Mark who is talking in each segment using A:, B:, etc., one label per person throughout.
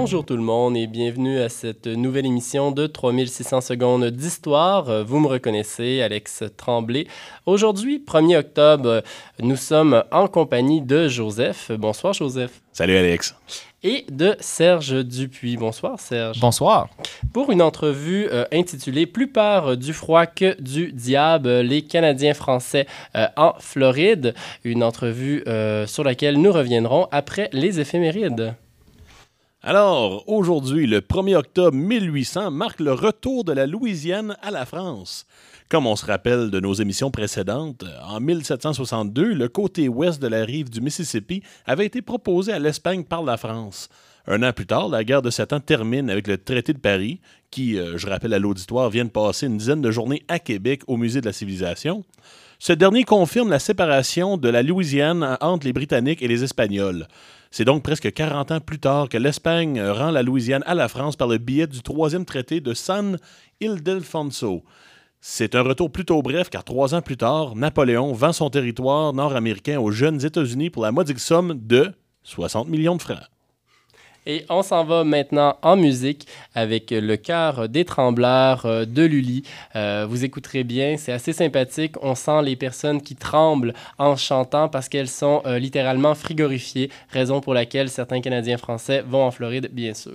A: Bonjour tout le monde et bienvenue à cette nouvelle émission de 3600 secondes d'histoire. Vous me reconnaissez, Alex Tremblay. Aujourd'hui, 1er octobre, nous sommes en compagnie de Joseph. Bonsoir Joseph.
B: Salut Alex.
A: Et de Serge Dupuis. Bonsoir Serge.
C: Bonsoir.
A: Pour une entrevue intitulée « Plus peur du froid que du diable, les Canadiens français en Floride », une entrevue sur laquelle nous reviendrons après les éphémérides.
B: Alors, aujourd'hui, le 1er octobre 1800 marque le retour de la Louisiane à la France. Comme on se rappelle de nos émissions précédentes, en 1762, le côté ouest de la rive du Mississippi avait été proposé à l'Espagne par la France. Un an plus tard, la guerre de 7 ans termine avec le traité de Paris, qui, je rappelle à l'auditoire, vient de passer une dizaine de journées à Québec au Musée de la Civilisation. Ce dernier confirme la séparation de la Louisiane entre les Britanniques et les Espagnols. C'est donc presque 40 ans plus tard que l'Espagne rend la Louisiane à la France par le biais du troisième traité de San Ildefonso. C'est un retour plutôt bref car 3 ans plus tard, Napoléon vend son territoire nord-américain aux jeunes États-Unis pour la modique somme de 60 millions de francs.
A: Et on s'en va maintenant en musique avec le chœur des Trembleurs de Lully. Vous écouterez bien, c'est assez sympathique. On sent les personnes qui tremblent en chantant parce qu'elles sont littéralement frigorifiées, raison pour laquelle certains Canadiens français vont en Floride, bien sûr.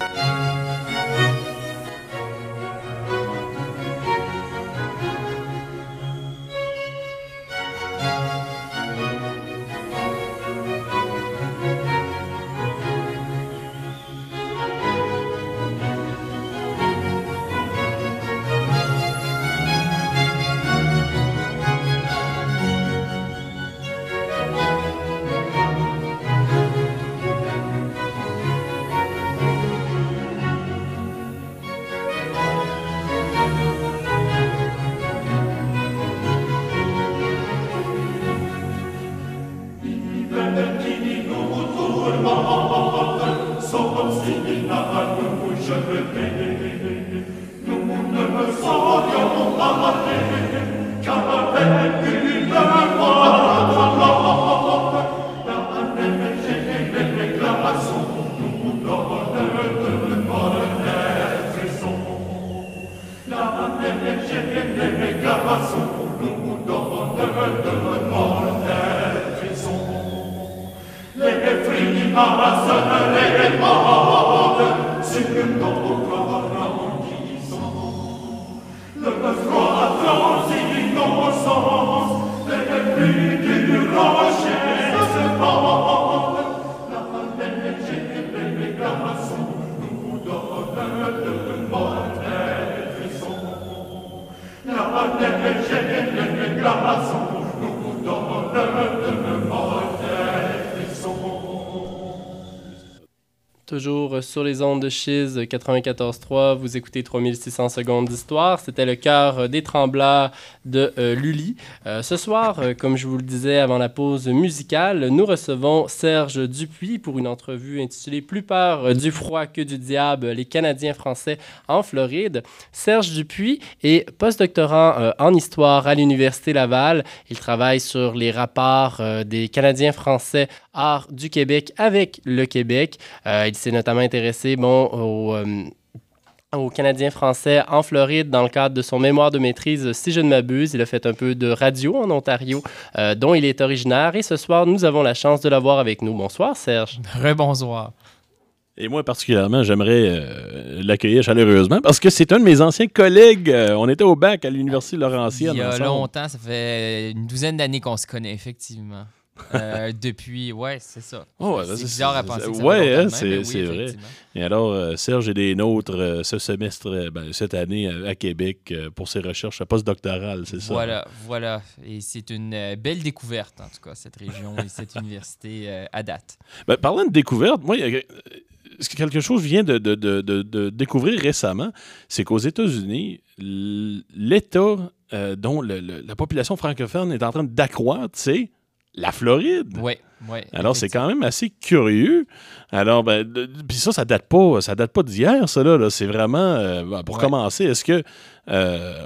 A: Toujours sur les ondes de Chiz 94.3, vous écoutez 3600 secondes d'histoire. C'était le chœur des Trembleurs de Lully. Ce soir, comme je vous le disais avant la pause musicale, nous recevons Serge Dupuis pour une entrevue intitulée « Plus peur du froid que du diable, les Canadiens français en Floride ». Serge Dupuis est postdoctorant en histoire à l'Université Laval. Il travaille sur les rapports des Canadiens français hors du Québec avec le Québec. Il s'est notamment intéressé aux Canadiens français en Floride dans le cadre de son mémoire de maîtrise, si je ne m'abuse. Il a fait un peu de radio en Ontario, dont il est originaire. Et ce soir, nous avons la chance de l'avoir avec nous. Bonsoir, Serge.
C: Rebonsoir.
B: Et moi, particulièrement, j'aimerais l'accueillir chaleureusement parce que c'est un de mes anciens collègues. On était au bac à l'Université Laurentienne.
C: Il y a
B: ensemble.
C: longtemps, ça fait une douzaine d'années qu'on se connaît, effectivement. Depuis, ouais, c'est ça.
B: Oh, ouais,
C: c'est bizarre à penser que ça
B: ouais,
C: va
B: c'est vrai. Et alors, Serge est des nôtres ce semestre, cette année à Québec pour ses recherches postdoctorales, c'est ça?
C: Voilà. Et c'est une belle découverte, en tout cas, cette région et cette université à date.
B: Parlant de découverte, moi, quelque chose que je viens de découvrir récemment, c'est qu'aux États-Unis, l'État dont la population francophone est en train d'accroître, c'est la Floride.
C: Oui.
B: Alors, c'est quand même assez curieux. Alors, puis ça date pas d'hier, ça, là. C'est vraiment, pour commencer, est-ce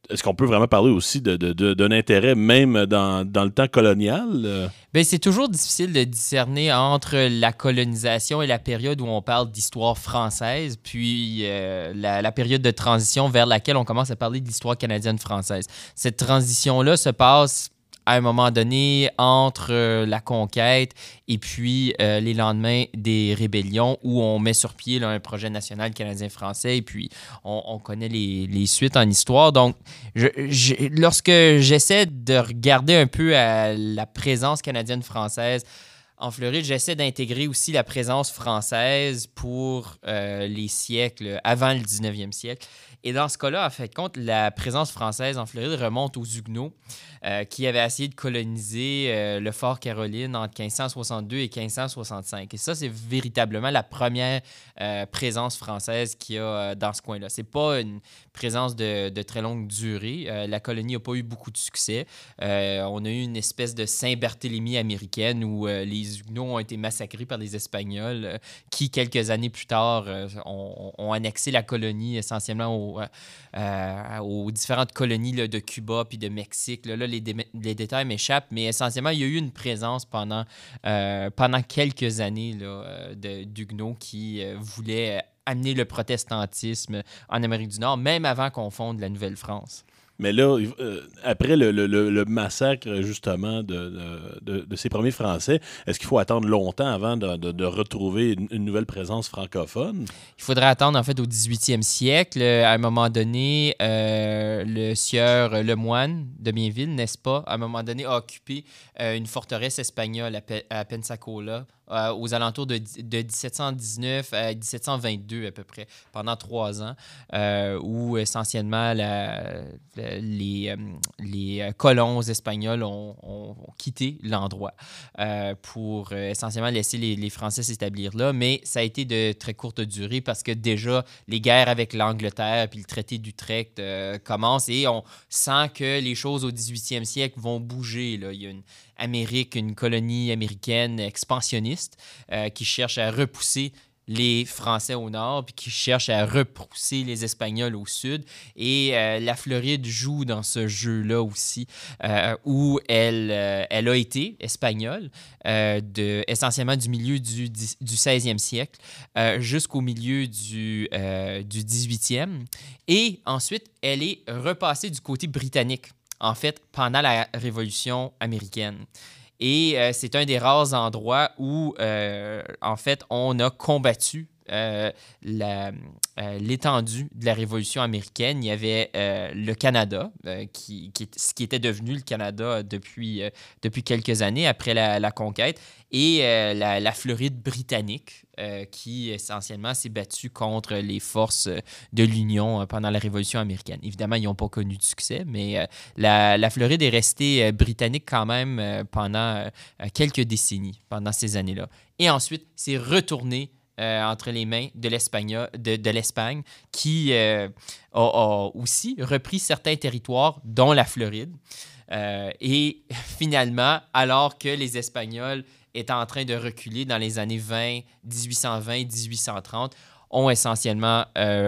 B: est-ce qu'on peut vraiment parler aussi d'un intérêt même dans le temps colonial?
C: Ben, c'est toujours difficile de discerner entre la colonisation et la période où on parle d'histoire française, puis la période de transition vers laquelle on commence à parler de l'histoire canadienne-française. Cette transition-là se passe à un moment donné entre la conquête et puis les lendemains des rébellions où on met sur pied là, un projet national canadien-français et puis on connaît les suites en histoire. Donc, lorsque j'essaie de regarder un peu à la présence canadienne-française en Floride, j'essaie d'intégrer aussi la présence française pour les siècles avant le 19e siècle. Et dans ce cas-là, en fait, compte, la présence française en Floride remonte aux Huguenots qui avaient essayé de coloniser le Fort Caroline entre 1562 et 1565. Et ça, c'est véritablement la première présence française qu'il y a dans ce coin-là. C'est pas une présence de très longue durée. La colonie n'a pas eu beaucoup de succès. On a eu une espèce de Saint-Barthélemy américaine où les Huguenots ont été massacrés par les Espagnols qui, quelques années plus tard, ont annexé la colonie essentiellement aux différentes colonies là, de Cuba puis de Mexique. Là, les détails m'échappent, mais essentiellement, il y a eu une présence pendant quelques années d'Huguenots qui voulaient amener le protestantisme en Amérique du Nord, même avant qu'on fonde la Nouvelle-France.
B: Mais là, après le massacre, justement, de ces premiers Français, est-ce qu'il faut attendre longtemps avant de retrouver une nouvelle présence francophone?
C: Il faudrait attendre, en fait, au 18e siècle. À un moment donné, le sieur Lemoine de Bienville, n'est-ce pas, à un moment donné, a occupé une forteresse espagnole à Pensacola, aux alentours de 1719 à 1722 à peu près, pendant 3 ans, où essentiellement les colons espagnols ont quitté l'endroit pour essentiellement laisser les Français s'établir là, mais ça a été de très courte durée parce que déjà les guerres avec l'Angleterre puis le traité d'Utrecht commencent et on sent que les choses au 18e siècle vont bouger. Là. Il y a une colonie américaine expansionniste qui cherche à repousser les Français au nord, puis qui cherche à repousser les Espagnols au sud. Et la Floride joue dans ce jeu-là aussi, où elle a été espagnole, essentiellement du milieu du 16e siècle jusqu'au milieu du 18e. Et ensuite, elle est repassée du côté britannique, en fait, pendant la Révolution américaine. Et c'est un des rares endroits où, en fait, on a combattu l'étendue de la Révolution américaine. Il y avait le Canada, ce qui était devenu le Canada depuis quelques années après la conquête, et la Floride britannique, qui essentiellement s'est battue contre les forces de l'Union pendant la Révolution américaine. Évidemment, ils n'ont pas connu de succès, mais la Floride est restée britannique quand même pendant quelques décennies, pendant ces années-là. Et ensuite, c'est retourné entre les mains de l'Espagne, qui a aussi repris certains territoires, dont la Floride. Et finalement, alors que les Espagnols étaient en train de reculer dans les années 1820-1830, ont essentiellement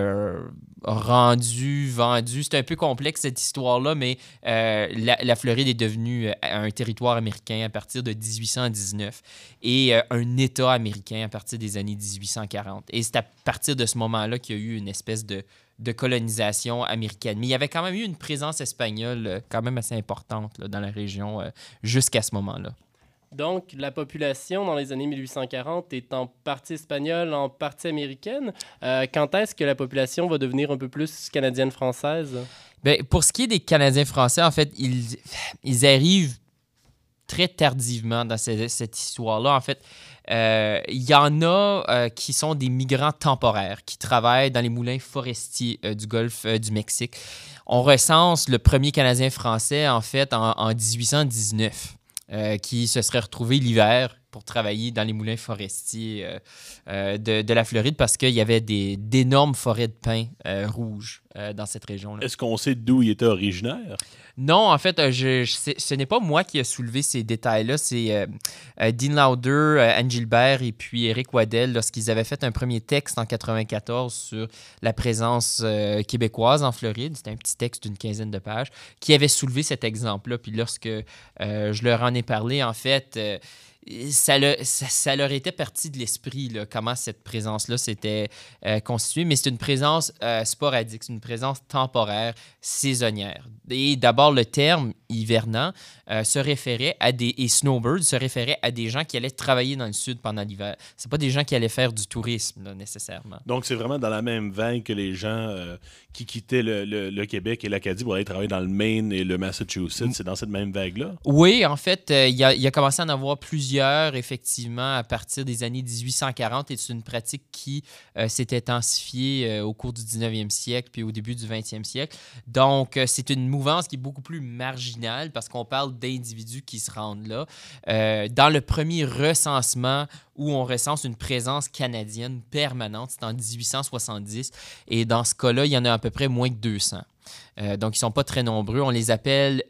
C: vendu. C'est un peu complexe cette histoire-là, mais la Floride est devenue un territoire américain à partir de 1819 et un État américain à partir des années 1840. Et c'est à partir de ce moment-là qu'il y a eu une espèce de colonisation américaine. Mais il y avait quand même eu une présence espagnole quand même assez importante là, dans la région jusqu'à ce moment-là.
A: Donc, la population dans les années 1840 est en partie espagnole, en partie américaine. Quand est-ce que la population va devenir un peu plus canadienne-française?
C: Bien, pour ce qui est des Canadiens français, en fait, ils arrivent très tardivement dans cette histoire-là. En fait, il y en a qui sont des migrants temporaires, qui travaillent dans les moulins forestiers du golfe du Mexique. On recense le premier Canadien français, en fait, en 1819. Qui se serait retrouvé l'hiver pour travailler dans les moulins forestiers de la Floride parce qu'il y avait d'énormes forêts de pins rouges dans cette région-là.
B: Est-ce qu'on sait d'où il était originaire?
C: Non, en fait, ce n'est pas moi qui ai soulevé ces détails-là. C'est Dean Lauder, Anne Gilbert et puis Éric Waddell lorsqu'ils avaient fait un premier texte en 1994 sur la présence québécoise en Floride. C'était un petit texte d'une quinzaine de pages qui avait soulevé cet exemple-là. Puis lorsque je leur en ai parlé, en fait... Ça leur était parti de l'esprit, là, comment cette présence-là s'était constituée, mais c'est une présence sporadique, c'est une présence temporaire, saisonnière. Et d'abord, le terme hivernant se référait à et snowbird se référait à des gens qui allaient travailler dans le sud pendant l'hiver. C'est pas des gens qui allaient faire du tourisme, là, nécessairement.
B: Donc, c'est vraiment dans la même veine que les gens qui quittaient le Québec et l'Acadie pour aller travailler dans le Maine et le Massachusetts. C'est dans cette même vague-là?
C: Oui, en fait, il a commencé à en avoir plusieurs, effectivement, à partir des années 1840, et c'est une pratique qui s'est intensifiée au cours du 19e siècle puis au début du 20e siècle. Donc, c'est une mouvance qui est beaucoup plus marginale parce qu'on parle d'individus qui se rendent là. Dans le premier recensement où on recense une présence canadienne permanente, c'est en 1870, et dans ce cas-là, il y en a à peu près moins que 200. Donc, ils ne sont pas très nombreux. On les appelle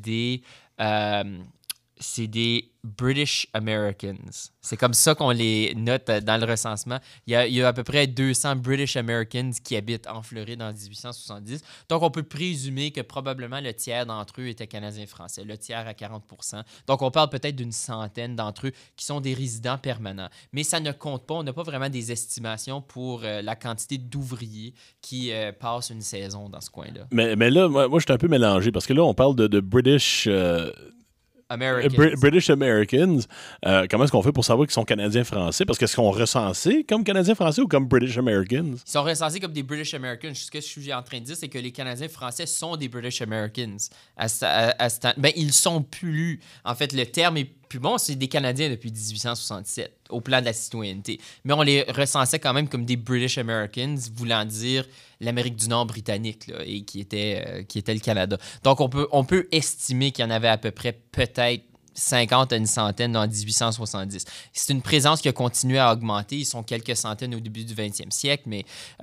C: c'est des British Americans. C'est comme ça qu'on les note dans le recensement. Il y a à peu près 200 British Americans qui habitent en Floride en 1870. Donc, on peut présumer que probablement le tiers d'entre eux étaient Canadiens-Français, le tiers à 40%. Donc, on parle peut-être d'une centaine d'entre eux qui sont des résidents permanents. Mais ça ne compte pas. On n'a pas vraiment des estimations pour la quantité d'ouvriers qui passent une saison dans ce coin-là.
B: Mais là, moi je suis un peu mélangé parce que là, on parle de British... British Americans. Comment est-ce qu'on fait pour savoir qu'ils sont Canadiens-Français? Parce qu'est-ce qu'on recensé comme Canadiens-Français ou comme British Americans?
C: Ils sont recensés comme des British Americans. Ce que je suis en train de dire, c'est que les Canadiens-Français sont des British Americans. Ben, ils sont plus. En fait, le terme est plus bon, c'est des Canadiens depuis 1867, au plan de la citoyenneté. Mais on les recensait quand même comme des British Americans, voulant dire l'Amérique du Nord britannique, là, et qui était le Canada. Donc, on peut estimer qu'il y en avait à peu près peut-être 50 à une centaine en 1870. C'est une présence qui a continué à augmenter. Ils sont quelques centaines au début du 20e siècle, mais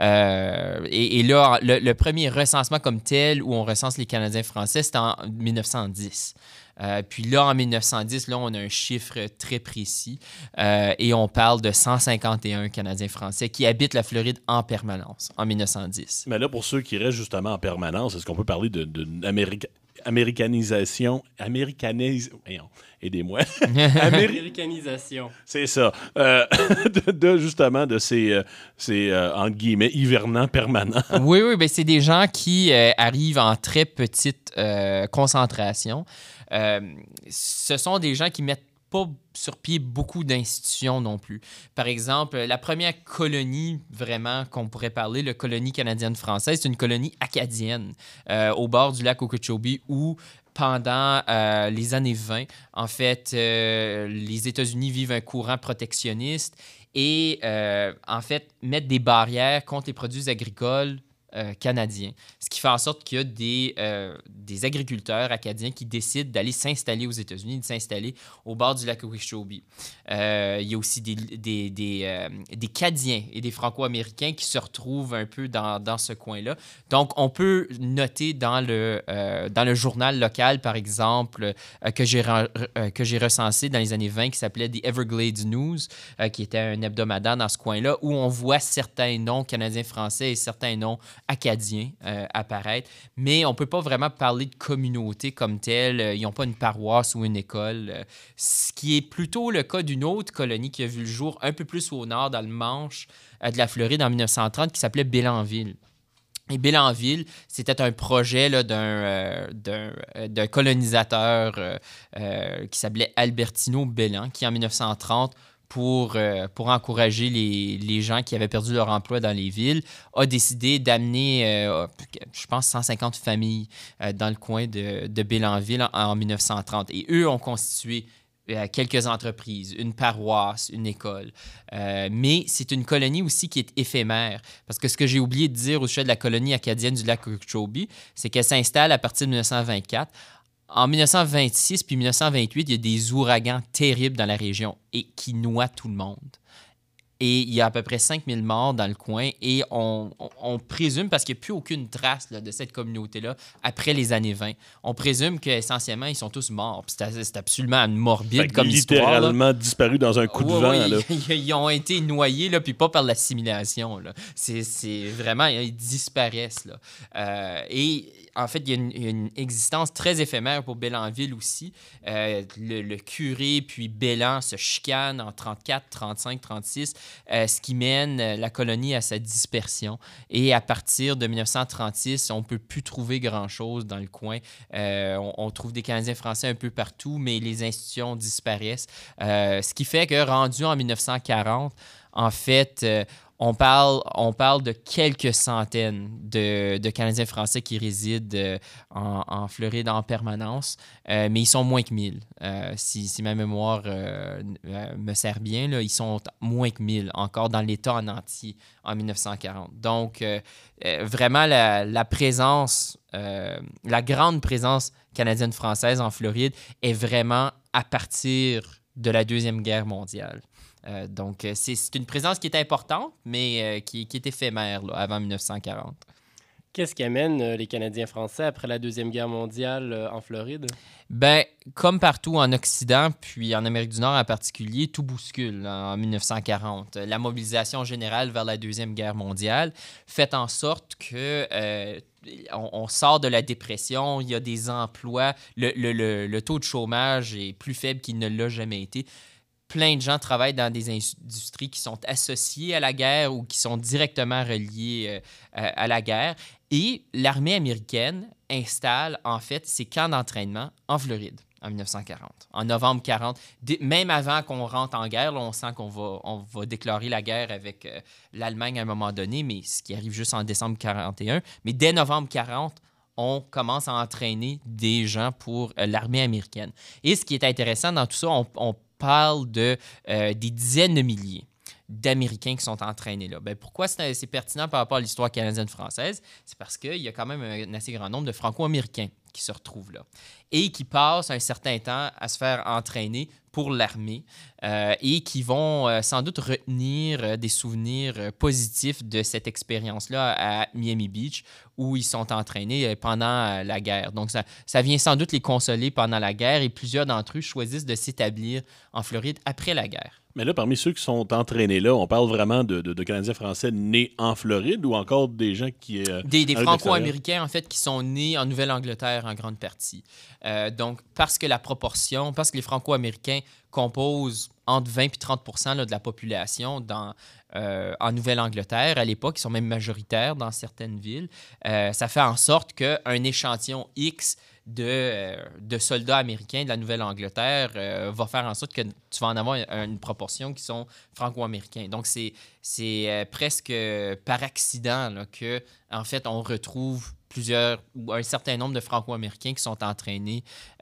C: et là, le premier recensement comme tel où on recense les Canadiens français, c'était en 1910. Puis là, en 1910, là, on a un chiffre très précis et on parle de 151 Canadiens français qui habitent la Floride en permanence en 1910.
B: Mais là, pour ceux qui restent justement en permanence, est-ce qu'on peut parler d'une américanisation? Voyons, aidez-moi.
A: Américanisation.
B: C'est ça. Justement, de ces entre guillemets, hivernants permanents.
C: Oui, ben c'est des gens qui arrivent en très petite concentration. Ce sont des gens qui mettent pas sur pied beaucoup d'institutions non plus. Par exemple, la première colonie vraiment qu'on pourrait parler, la colonie canadienne-française, c'est une colonie acadienne au bord du lac Okeechobee où pendant les années 20, en fait, les États-Unis vivent un courant protectionniste et, en fait, mettent des barrières contre les produits agricoles canadiens. Ce qui fait en sorte qu'il y a des agriculteurs acadiens qui décident d'aller s'installer aux États-Unis, de s'installer au bord du lac Okeechobee. Il y a aussi des Cadiens et des Franco-Américains qui se retrouvent un peu dans ce coin-là. Donc, on peut noter dans le journal local, par exemple, que j'ai recensé dans les années 20, qui s'appelait The Everglades News, qui était un hebdomadaire dans ce coin-là, où on voit certains noms canadiens-français et certains noms acadiens apparaître, mais on ne peut pas vraiment parler de communauté comme telle. Ils n'ont pas une paroisse ou une école, ce qui est plutôt le cas d'une autre colonie qui a vu le jour un peu plus au nord, dans le Manche de la Floride en 1930, qui s'appelait Bélanville. Et Bélanville, c'était un projet là, d'un colonisateur qui s'appelait Albertino Bélan, qui en 1930 pour encourager les gens qui avaient perdu leur emploi dans les villes, a décidé d'amener, je pense, 150 familles dans le coin de Bélanville en 1930. Et eux ont constitué quelques entreprises, une paroisse, une école. Mais c'est une colonie aussi qui est éphémère. Parce que ce que j'ai oublié de dire au sujet de la colonie acadienne du lac Okeechobee, c'est qu'elle s'installe à partir de 1924. En 1926 puis 1928, il y a des ouragans terribles dans la région et qui noient tout le monde. Et il y a à peu près 5000 morts dans le coin. Et on présume, parce qu'il n'y a plus aucune trace là, de cette communauté-là après les années 20, on présume qu'essentiellement, ils sont tous morts. C'est absolument morbide comme histoire.
B: Littéralement disparu dans un coup de vent. Là.
C: Ils ont été noyés, là, puis pas par l'assimilation. Là. C'est vraiment, ils disparaissent. Là. Et en fait, il y a une existence très éphémère pour Bélanville aussi. Le curé puis Bélan se chicanent en 34, 35, 36. Ce qui mène la colonie à sa dispersion. Et à partir de 1936, on ne peut plus trouver grand-chose dans le coin. On trouve des Canadiens français un peu partout, mais les institutions disparaissent. Ce qui fait que, rendu en 1940, en fait, on parle de quelques centaines de Canadiens français qui résident en Floride en permanence, mais ils sont moins que 1000. Si ma mémoire me sert bien, là, ils sont moins que 1000 encore dans l'État en entier en 1940. Donc, vraiment, la présence, la grande présence canadienne-française en Floride est vraiment à partir de la Deuxième Guerre mondiale. Donc, c'est une présence qui est importante, mais qui est éphémère là, avant 1940.
A: Qu'est-ce qui amène les Canadiens français après la Deuxième Guerre mondiale en Floride?
C: Bien, comme partout en Occident, puis en Amérique du Nord en particulier, tout bouscule là, en 1940. La mobilisation générale vers la Deuxième Guerre mondiale fait en sorte que... on sort de la dépression, il y a des emplois, le taux de chômage est plus faible qu'il ne l'a jamais été. Plein de gens travaillent dans des industries qui sont associées à la guerre ou qui sont directement reliées à la guerre. Et l'armée américaine installe, en fait, ses camps d'entraînement en Floride en 1940, en novembre 40. Même avant qu'on rentre en guerre, là, on sent qu'on va déclarer la guerre avec l'Allemagne à un moment donné, mais ce qui arrive juste en décembre 41. Mais dès novembre 40, on commence à entraîner des gens pour l'armée américaine. Et ce qui est intéressant dans tout ça, on parle des dizaines de milliers d'Américains qui sont entraînés là. Pourquoi c'est pertinent par rapport à l'histoire canadienne-française? C'est parce qu'il y a quand même un assez grand nombre de Franco-Américains qui se retrouvent là et qui passent un certain temps à se faire entraîner pour l'armée et qui vont sans doute retenir des souvenirs positifs de cette expérience-là à Miami Beach où ils sont entraînés pendant la guerre. Donc, ça vient sans doute les consoler pendant la guerre et plusieurs d'entre eux choisissent de s'établir en Floride après la guerre.
B: Mais là, parmi ceux qui sont entraînés là, on parle vraiment de Canadiens français nés en Floride ou encore des gens qui...
C: Des Franco-Américains, en fait, qui sont nés en Nouvelle-Angleterre en grande partie. Donc, parce que les Franco-Américains composent entre 20 et 30 % là, de la population en Nouvelle-Angleterre. À l'époque, ils sont même majoritaires dans certaines villes. Ça fait en sorte qu'un échantillon X de soldats américains de la Nouvelle-Angleterre va faire en sorte que tu vas en avoir une proportion qui sont franco-américains. Donc, c'est presque par accident là, que, en fait, on retrouve un certain nombre de Franco-Américains qui sont entraînés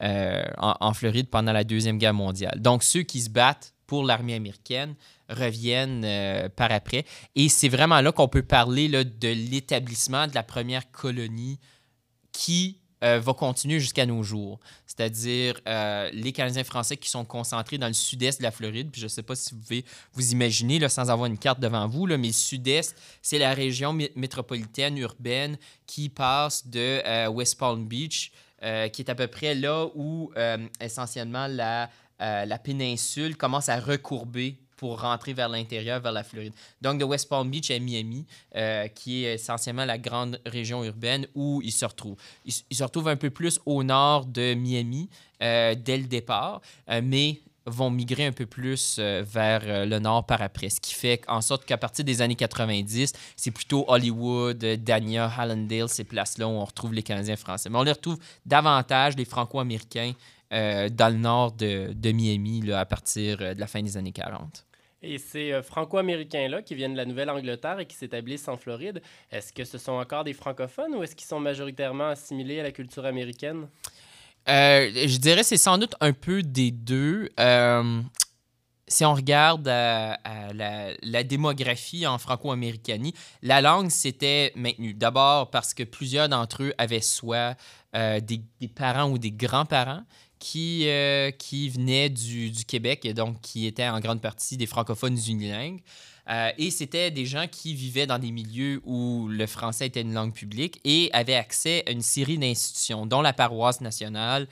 C: en Floride pendant la Deuxième Guerre mondiale. Donc, ceux qui se battent pour l'armée américaine reviennent par après. Et c'est vraiment là qu'on peut parler là, de l'établissement de la première colonie qui va continuer jusqu'à nos jours. C'est-à-dire les Canadiens français qui sont concentrés dans le sud-est de la Floride. Puis je ne sais pas si vous pouvez vous imaginer, là, sans avoir une carte devant vous, là, mais le sud-est, c'est la région métropolitaine urbaine qui passe de West Palm Beach, qui est à peu près là où essentiellement la péninsule commence à recourber pour rentrer vers l'intérieur, vers la Floride. Donc, de West Palm Beach à Miami, qui est essentiellement la grande région urbaine où ils se retrouvent. Ils se retrouvent un peu plus au nord de Miami dès le départ, mais vont migrer un peu plus vers le nord par après. Ce qui fait en sorte qu'à partir des années 90, c'est plutôt Hollywood, Dania, Hallandale, ces places-là où on retrouve les Canadiens français. Mais on les retrouve davantage, les Franco-Américains, dans le nord de Miami là, à partir de la fin des années 40.
A: Et ces Franco-Américains-là qui viennent de la Nouvelle-Angleterre et qui s'établissent en Floride, est-ce que ce sont encore des francophones ou est-ce qu'ils sont majoritairement assimilés à la culture américaine?
C: Je dirais que c'est sans doute un peu des deux. si on regarde à la démographie en franco-américanie, la langue s'était maintenue. D'abord parce que plusieurs d'entre eux avaient soit des parents ou des grands-parents qui venaient du Québec et donc qui étaient en grande partie des francophones unilingues. Et c'était des gens qui vivaient dans des milieux où le français était une langue publique et avaient accès à une série d'institutions, dont la paroisse nationale,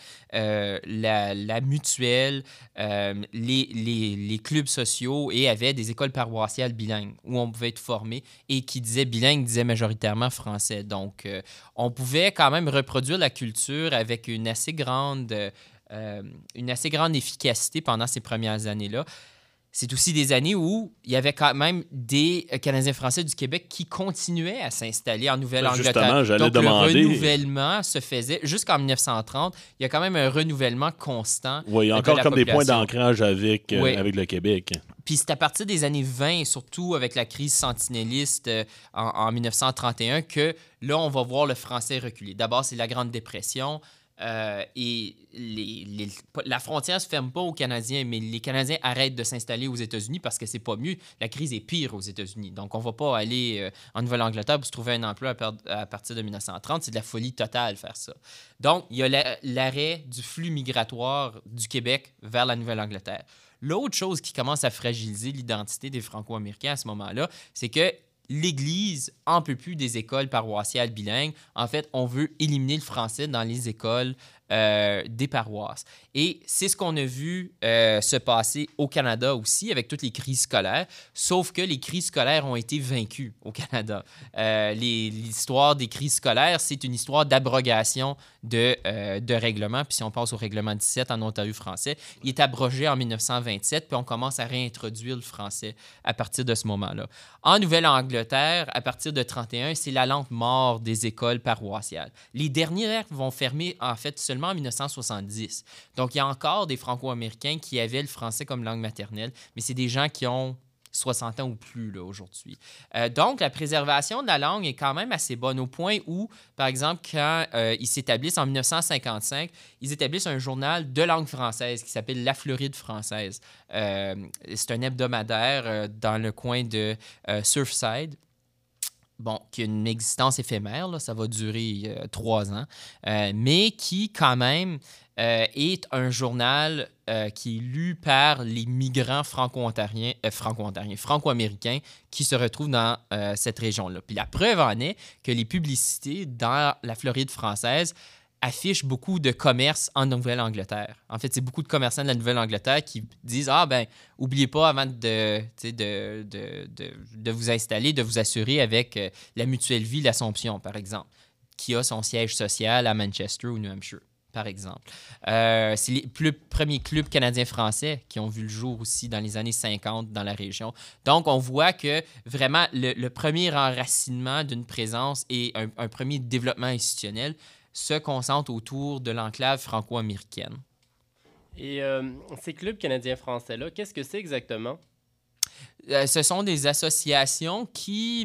C: la mutuelle, les clubs sociaux et avaient des écoles paroissiales bilingues où on pouvait être formé et qui disaient bilingue, disaient majoritairement français. Donc, on pouvait quand même reproduire la culture avec une assez grande efficacité pendant ces premières années-là. C'est aussi des années où il y avait quand même des Canadiens français du Québec qui continuaient à s'installer en Nouvelle-Angleterre.
B: Justement, j'allais
C: Donc,
B: demander...
C: le renouvellement se faisait jusqu'en 1930. Il y a quand même un renouvellement constant.
B: Oui, il y a encore comme des points d'ancrage avec le Québec.
C: Puis c'est à partir des années 20, et surtout avec la crise sentinelliste en 1931, que là, on va voir le français reculer. D'abord, c'est la Grande Dépression. Et la frontière ne se ferme pas aux Canadiens, mais les Canadiens arrêtent de s'installer aux États-Unis parce que c'est pas mieux. La crise est pire aux États-Unis. Donc, on ne va pas aller en Nouvelle-Angleterre pour se trouver un emploi à partir de 1930. C'est de la folie totale faire ça. Donc, il y a l'arrêt du flux migratoire du Québec vers la Nouvelle-Angleterre. L'autre chose qui commence à fragiliser l'identité des Franco-Américains à ce moment-là, c'est que l'Église en peut plus des écoles paroissiales bilingues. En fait, on veut éliminer le français dans les écoles des paroisses. Et c'est ce qu'on a vu se passer au Canada aussi avec toutes les crises scolaires, sauf que les crises scolaires ont été vaincues au Canada. L'histoire des crises scolaires, c'est une histoire d'abrogation de règlements. Puis si on passe au règlement 17 en Ontario français, il est abrogé en 1927, puis on commence à réintroduire le français à partir de ce moment-là. En Nouvelle-Angleterre, à partir de 31, c'est la lente mort des écoles paroissiales. Les dernières vont fermer, en fait, seulement en 1970. Donc, il y a encore des Franco-Américains qui avaient le français comme langue maternelle, mais c'est des gens qui ont 60 ans ou plus là, aujourd'hui. Donc, la préservation de la langue est quand même assez bonne au point où, par exemple, quand ils s'établissent en 1955, ils établissent un journal de langue française qui s'appelle La Floride française. C'est un hebdomadaire dans le coin de Surfside. Bon, qui a une existence éphémère, là, ça va durer 3 ans, mais qui, quand même, est un journal qui est lu par les migrants franco-américains qui se retrouvent dans cette région-là. Puis la preuve en est que les publicités dans la Floride française affichent beaucoup de commerce en Nouvelle-Angleterre. En fait, c'est beaucoup de commerçants de la Nouvelle-Angleterre qui disent « Ah, ben, oubliez pas avant de vous installer, de vous assurer avec la Mutuelle Vie l'Assomption, par exemple, qui a son siège social à Manchester ou New Hampshire, par exemple. C'est les premiers clubs canadiens-français qui ont vu le jour aussi dans les années 50 dans la région. Donc, on voit que vraiment le premier enracinement d'une présence et un premier développement institutionnel se concentre autour de l'enclave franco-américaine.
A: Et ces clubs canadiens-français-là, qu'est-ce que c'est exactement?
C: Ce sont des associations qui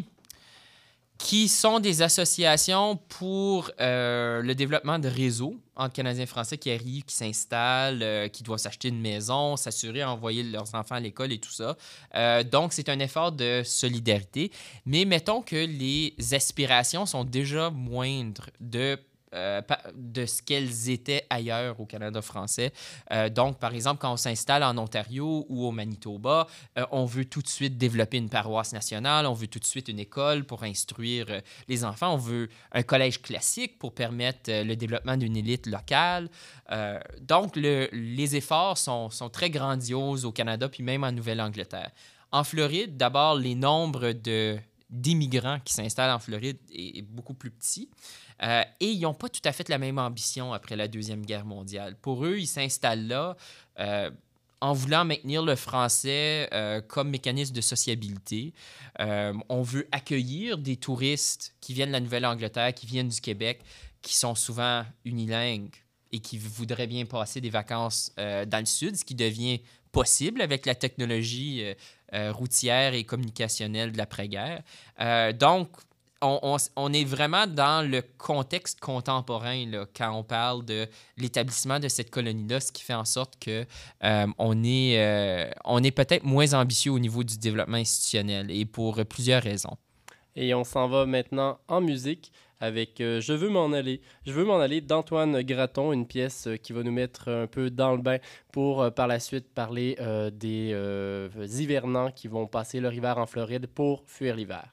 C: sont des associations pour le développement de réseaux entre Canadiens français qui arrivent, qui s'installent, qui doivent s'acheter une maison, s'assurer d'envoyer leurs enfants à l'école et tout ça. Donc, c'est un effort de solidarité. Mais mettons que les aspirations sont déjà moindres de ce qu'elles étaient ailleurs au Canada français. Donc, par exemple, quand on s'installe en Ontario ou au Manitoba, on veut tout de suite développer une paroisse nationale, on veut tout de suite une école pour instruire les enfants, on veut un collège classique pour permettre le développement d'une élite locale. Donc, les efforts sont très grandioses au Canada, puis même en Nouvelle-Angleterre. En Floride, d'abord, les nombres d'immigrants qui s'installent en Floride est beaucoup plus petit. Et ils n'ont pas tout à fait la même ambition après la Deuxième Guerre mondiale. Pour eux, ils s'installent là en voulant maintenir le français comme mécanisme de sociabilité. On veut accueillir des touristes qui viennent de la Nouvelle-Angleterre, qui viennent du Québec, qui sont souvent unilingues et qui voudraient bien passer des vacances dans le Sud, ce qui devient possible avec la technologie routière et communicationnelle de l'après-guerre. Donc, on est vraiment dans le contexte contemporain là, quand on parle de l'établissement de cette colonie-là, ce qui fait en sorte que on est peut-être moins ambitieux au niveau du développement institutionnel et pour plusieurs raisons.
A: Et on s'en va maintenant en musique avec Je veux m'en aller. Je veux m'en aller d'Antoine Graton, une pièce qui va nous mettre un peu dans le bain pour par la suite parler des hivernants qui vont passer leur hiver en Floride pour fuir l'hiver.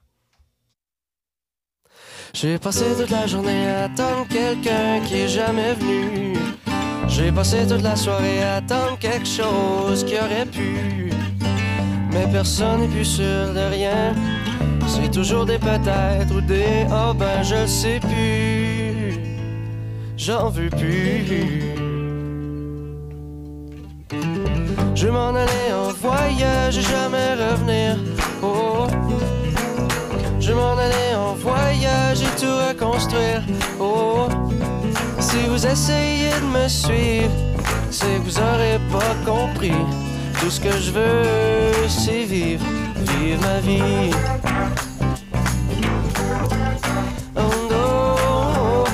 D: J'ai passé toute la journée à attendre quelqu'un qui est jamais venu. J'ai passé toute la soirée à attendre quelque chose qui aurait pu. Mais personne n'est plus sûr de rien. C'est toujours des peut-être ou des oh ben je le sais plus. J'en veux plus. Je m'en allais en voyage et jamais revenir. Oh. Je m'en allais en voyage et tout reconstruire. Oh, si vous essayez de me suivre, c'est que vous aurez pas compris. Tout ce que je veux, c'est vivre ma vie. Oh, no.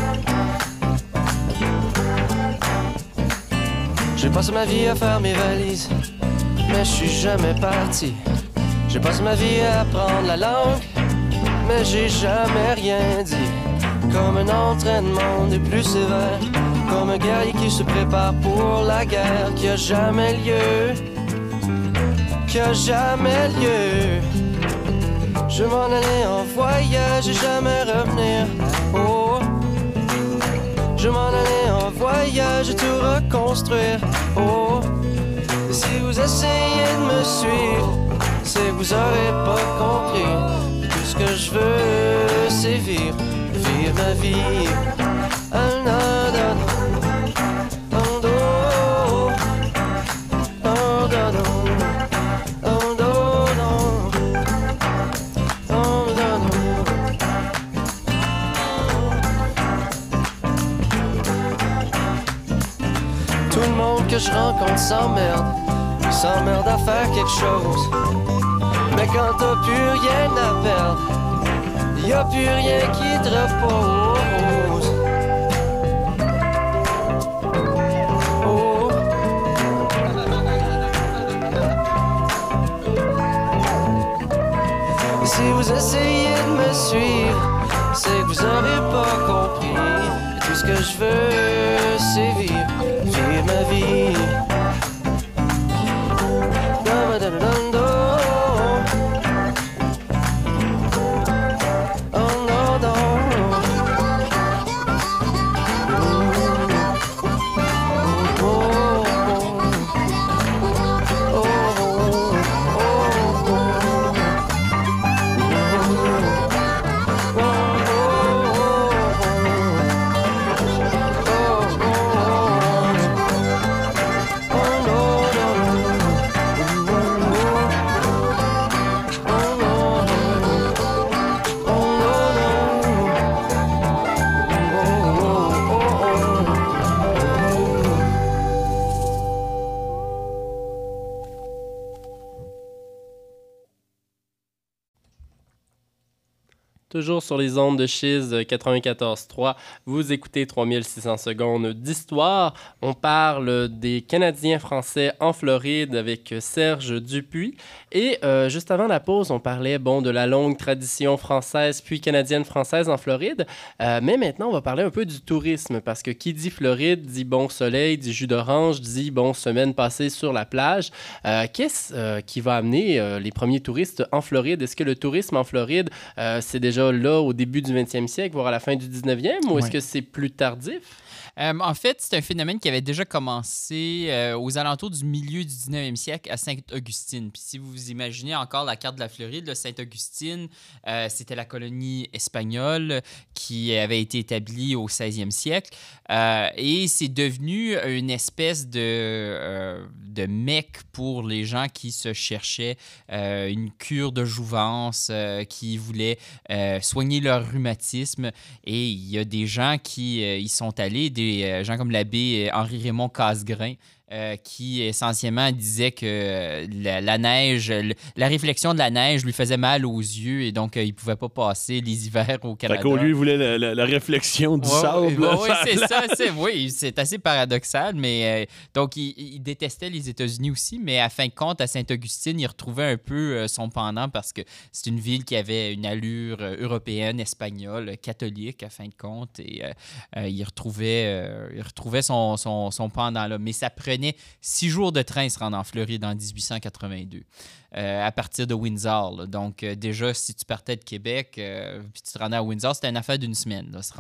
D: J'ai passé ma vie à faire mes valises, mais je suis jamais parti. J'ai passé ma vie à apprendre la langue, mais j'ai jamais rien dit. Comme un entraînement des plus sévères, comme un guerrier qui se prépare pour la guerre qui a jamais lieu, qui a jamais lieu. Je m'en allais en voyage et jamais revenir. Oh, je m'en allais en voyage et tout reconstruire. Oh, et si vous essayez de me suivre, c'est que vous aurez pas compris. Tout ce que je veux, c'est vivre ma vie. Tout le monde que je rencontre s'emmerde à faire quelque chose. Mais quand t'as plus rien à perdre, y'a plus rien qui te repose. Oh. Et si vous essayez de me suivre, c'est que vous aurez pas compris. Et tout ce que je veux, c'est vivre ma vie.
A: Toujours sur les ondes de Chiz 94.3, vous écoutez 3600 secondes d'histoire. On parle des Canadiens français en Floride avec Serge Dupuis. Et juste avant la pause, on parlait de la longue tradition française puis canadienne-française en Floride. Mais maintenant, on va parler un peu du tourisme parce que qui dit Floride dit bon soleil, dit jus d'orange, dit semaine passée sur la plage. Qu'est-ce qui va amener les premiers touristes en Floride? Est-ce que le tourisme en Floride, c'est déjà là au début du 20e siècle, voire à la fin du 19e, ou est-ce que c'est plus tardif?
C: En fait, c'est un phénomène qui avait déjà commencé aux alentours du milieu du 19e siècle à Sainte-Augustine. Puis si vous vous imaginez encore la carte de la Floride, là, Sainte-Augustine, c'était la colonie espagnole qui avait été établie au 16e siècle. Et c'est devenu une espèce de mecque pour les gens qui se cherchaient une cure de jouvence, qui voulaient soigner leur rhumatisme. Et il y a des gens qui y sont allés, des gens comme l'abbé Henri-Raymond Casgrain, qui essentiellement disait que la neige, la réflexion de la neige lui faisait mal aux yeux et donc il ne pouvait pas passer les hivers au Canada.
B: Fait qu'au lieu, il voulait la réflexion du sable.
C: Oui, c'est ça. Oui, c'est assez paradoxal, mais donc il détestait les États-Unis aussi, mais à fin de compte, à Sainte-Augustine, il retrouvait un peu son pendant parce que c'est une ville qui avait une allure européenne, espagnole, catholique, à fin de compte, et il retrouvait son pendant là. Mais ça prenait 6 jours de train se rendre en Floride en 1882, à partir de Windsor. Là. Donc, déjà, si tu partais de Québec puis tu te rendais à Windsor, c'était une affaire d'une semaine, là, se